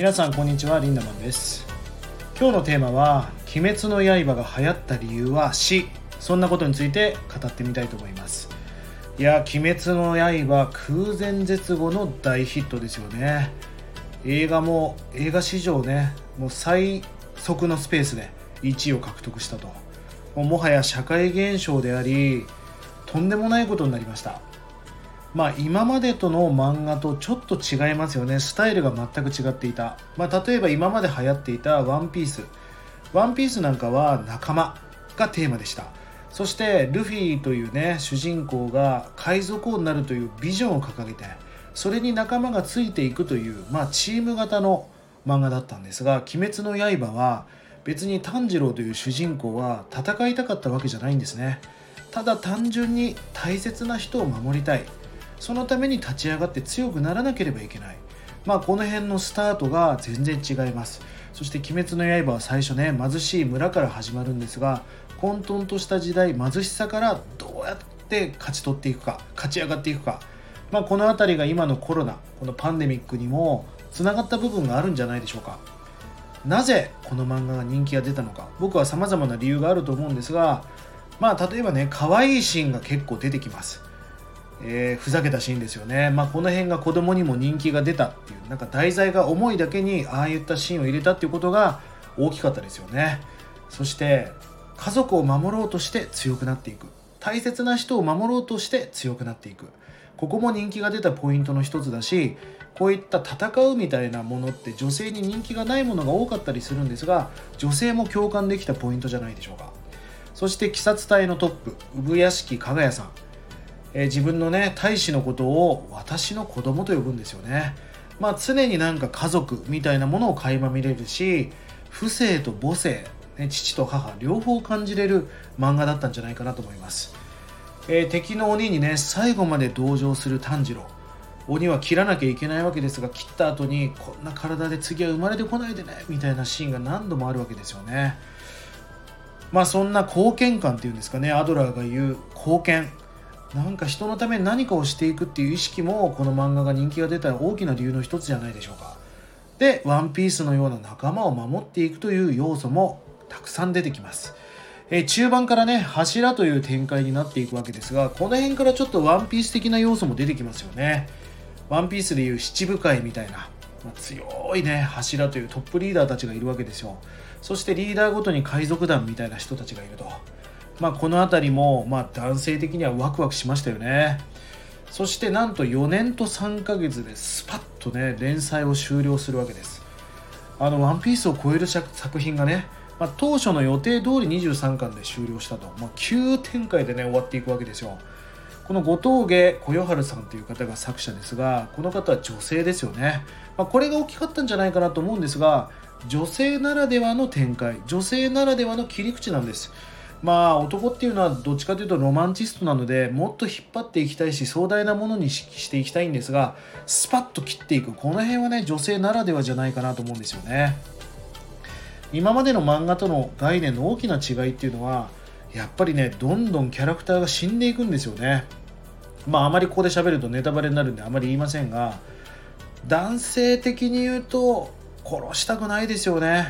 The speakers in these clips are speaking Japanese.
皆さんこんにちは、リンダマンです。今日のテーマは鬼滅の刃が流行った理由は死、そんなことについて語ってみたいと思います。いや、鬼滅の刃空前絶後の大ヒットですよね。映画史上ね、もう最速のスペースで1位を獲得したと。もはや社会現象であり、とんでもないことになりました。今までとの漫画とちょっと違いますよね。スタイルが全く違っていた。例えば今まで流行っていたワンピース。ワンピースなんかは仲間がテーマでした。そしてルフィというね、主人公が海賊王になるというビジョンを掲げて、それに仲間がついていくという、チーム型の漫画だったんですが、鬼滅の刃は別に炭治郎という主人公は戦いたかったわけじゃないんですね。ただ単純に大切な人を守りたい。そのために立ち上がって強くならなければいけない。この辺のスタートが全然違います。そして鬼滅の刃は最初ね、貧しい村から始まるんですが、混沌とした時代、貧しさからどうやって勝ち取っていくか、勝ち上がっていくか。この辺りが今のコロナ、このパンデミックにもつながった部分があるんじゃないでしょうか。なぜこの漫画が人気が出たのか、僕は様々な理由があると思うんですが、例えばね、可愛いシーンが結構出てきます。ふざけたシーンですよね。この辺が子供にも人気が出たっていう、題材が重いだけにああいったシーンを入れたっていうことが大きかったですよね。そして家族を守ろうとして強くなっていく、大切な人を守ろうとして強くなっていく、ここも人気が出たポイントの一つだし、こういった戦うみたいなものって女性に人気がないものが多かったりするんですが、女性も共感できたポイントじゃないでしょうか。そして鬼殺隊のトップ、産屋敷かがやさん、自分のね、大使のことを私の子供と呼ぶんですよね。常に家族みたいなものを垣間見れるし、父性と母性、父と母両方感じれる漫画だったんじゃないかなと思います。敵の鬼にね、最後まで同情する炭治郎。鬼は切らなきゃいけないわけですが、切った後にこんな体で次は生まれてこないでねみたいなシーンが何度もあるわけですよね。そんな貢献感っていうんですかね、アドラーが言う貢献、人のために何かをしていくっていう意識もこの漫画が人気が出た大きな理由の一つじゃないでしょうか。で、ワンピースのような仲間を守っていくという要素もたくさん出てきます。中盤からね、柱という展開になっていくわけですが、この辺からちょっとワンピース的な要素も出てきますよね。ワンピースでいう七部会みたいな、強いね、柱というトップリーダーたちがいるわけですよ。そしてリーダーごとに海賊団みたいな人たちがいると。この辺りも男性的にはワクワクしましたよね。そしてなんと4年と3ヶ月でスパッとね、連載を終了するわけです。ワンピースを超える作品がね、当初の予定通り23巻で終了したと、急展開でね、終わっていくわけですよ。この後藤家小夜春さんという方が作者ですが、この方は女性ですよね。これが大きかったんじゃないかなと思うんですが、女性ならではの展開、女性ならではの切り口なんです。男っていうのはどっちかというとロマンチストなので、もっと引っ張っていきたいし壮大なものにしていきたいんですが、スパッと切っていく、この辺はね、女性ならではじゃないかなと思うんですよね。今までの漫画との概念の大きな違いっていうのは、やっぱりね、どんどんキャラクターが死んでいくんですよね。あまりここで喋るとネタバレになるんであまり言いませんが、男性的に言うと殺したくないですよね。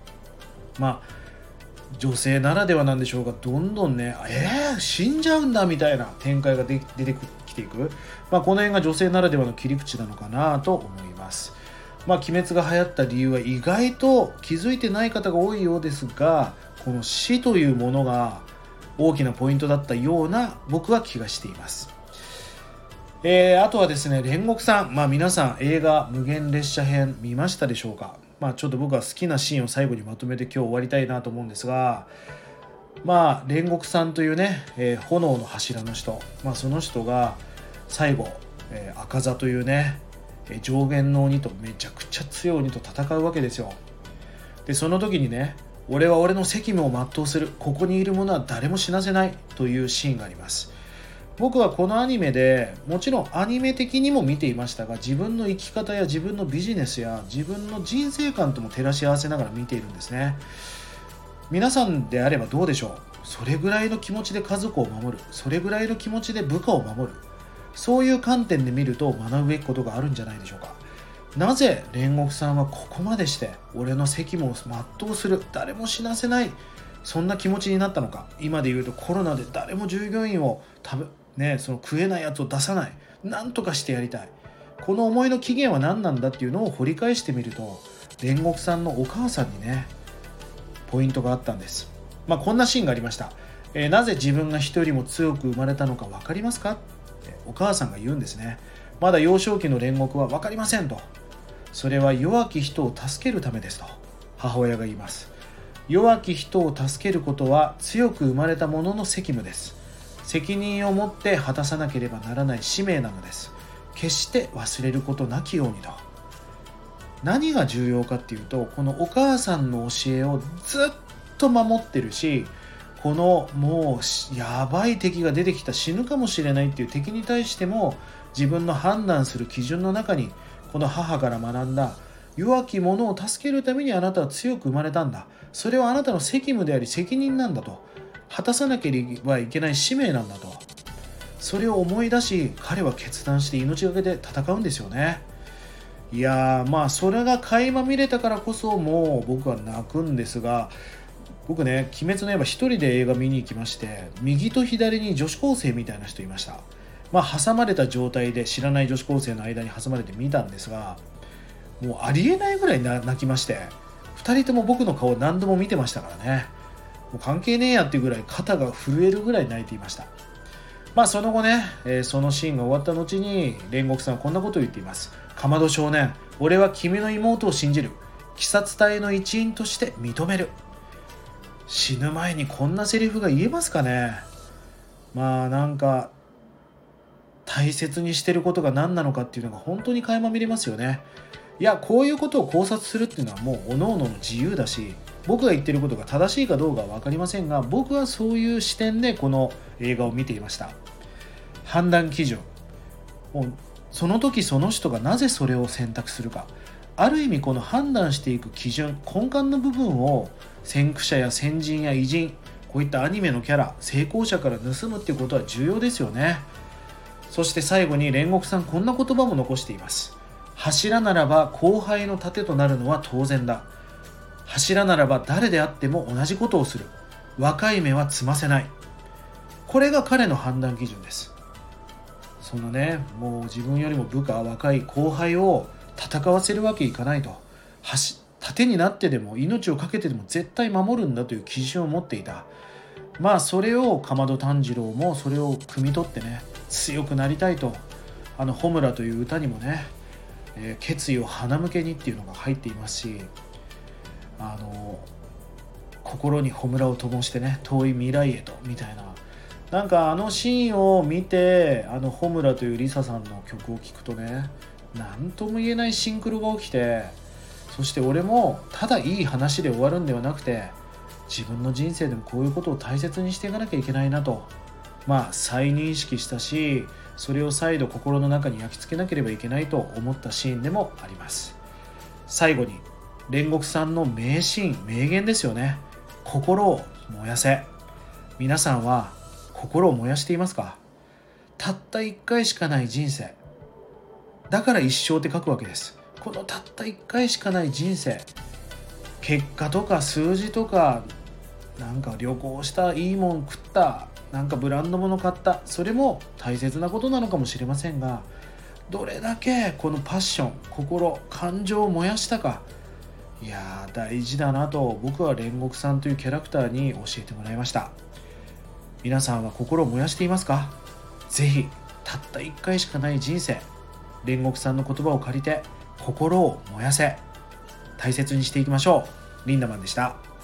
女性ならではなんでしょうが、どんどんね、死んじゃうんだみたいな展開が出てきていく、この辺が女性ならではの切り口なのかなと思います。鬼滅が流行った理由は意外と気づいてない方が多いようですが、この死というものが大きなポイントだったような僕は気がしています。あとはですね、煉獄さん、皆さん映画無限列車編見ましたでしょうか。ちょっと僕は好きなシーンを最後にまとめて今日終わりたいなと思うんですが、煉獄さんというね、炎の柱の人、その人が最後、赤座というね、上限の鬼とめちゃくちゃ強い鬼と戦うわけですよ。で、その時にね、俺は俺の責務を全うする、ここにいる者は誰も死なせないというシーンがあります。僕はこのアニメでもちろんアニメ的にも見ていましたが、自分の生き方や自分のビジネスや自分の人生観とも照らし合わせながら見ているんですね。皆さんであればどうでしょう。それぐらいの気持ちで家族を守る、それぐらいの気持ちで部下を守る、そういう観点で見ると学ぶべきことがあるんじゃないでしょうか。 なぜ煉獄さんはここまでして俺の責務を全うする、誰も死なせない、そんな気持ちになったのか。今で言うとコロナで誰も従業員をその食えないやつを出さない、なんとかしてやりたい、この思いの起源は何なんだっていうのを掘り返してみると、煉獄さんのお母さんにねポイントがあったんです。こんなシーンがありました。なぜ自分が人よりも強く生まれたのか分かりますかってお母さんが言うんですね。まだ幼少期の煉獄は分かりませんと。それは弱き人を助けるためですと母親が言います。弱き人を助けることは強く生まれた者の責務です。責任を持って果たさなければならない使命なのです。決して忘れることなきようにと。何が重要かっていうと、このお母さんの教えをずっと守ってるし、このもうやばい敵が出てきた、死ぬかもしれないっていう敵に対しても自分の判断する基準の中に、この母から学んだ弱き者を助けるためにあなたは強く生まれたんだ、それはあなたの責務であり責任なんだと、果たさなければいけない使命なんだと、それを思い出し彼は決断して命がけで戦うんですよね。いやー、それが垣間見れたからこそもう僕は泣くんですが、僕ね、鬼滅の刃一人で映画見に行きまして、右と左に女子高生みたいな人いました。挟まれた状態で知らない女子高生の間に挟まれて見たんですが、もうありえないぐらい泣きまして、2人とも僕の顔何度も見てましたからね、もう関係ねえやっていうぐらい肩が震えるぐらい泣いていました。その後ね、そのシーンが終わった後に煉獄さんはこんなことを言っています。かまど少年、俺は君の妹を信じる。鬼殺隊の一員として認める。死ぬ前にこんなセリフが言えますかね。なんか大切にしてることが何なのかっていうのが本当に垣間見れますよね。いや、こういうことを考察するっていうのはもう各々の自由だし、僕が言ってることが正しいかどうかは分かりませんが、僕はそういう視点でこの映画を見ていました。判断基準、もうその時その人がなぜそれを選択するか、ある意味この判断していく基準、根幹の部分を先駆者や先人や偉人、こういったアニメのキャラ、成功者から盗むっていうことは重要ですよね。そして最後に煉獄さんこんな言葉も残しています。柱ならば後輩の盾となるのは当然だ。柱ならば誰であっても同じことをする。若い芽は摘ませない。これが彼の判断基準です。そのね、もう自分よりも部下、若い後輩を戦わせるわけいかないと。盾になってでも命を懸けてでも絶対守るんだという基準を持っていた。それを竈門炭治郎もそれを汲み取ってね、強くなりたいと、穂村という歌にもね、決意を花向けにっていうのが入っていますし、心に穂村を灯してね、遠い未来へとみたいな、なんかシーンを見て、穂村というリサさんの曲を聴くとね、何とも言えないシンクロが起きて、そして俺もただいい話で終わるんではなくて、自分の人生でもこういうことを大切にしていかなきゃいけないなと、再認識したし、それを再度心の中に焼き付けなければいけないと思ったシーンでもあります。最後に煉獄さんの名シーン、名言ですよね。心を燃やせ。皆さんは心を燃やしていますか？たった一回しかない人生だから一生って書くわけです。このたった一回しかない人生、結果とか数字とか、なんか旅行した、いいもん食った、なんかブランド物買った、それも大切なことなのかもしれませんが、どれだけこのパッション、心、感情を燃やしたか、いやー大事だなと僕は煉獄さんというキャラクターに教えてもらいました。皆さんは心を燃やしていますか？ぜひたった一回しかない人生、煉獄さんの言葉を借りて心を燃やせ、大切にしていきましょう。リンダマンでした。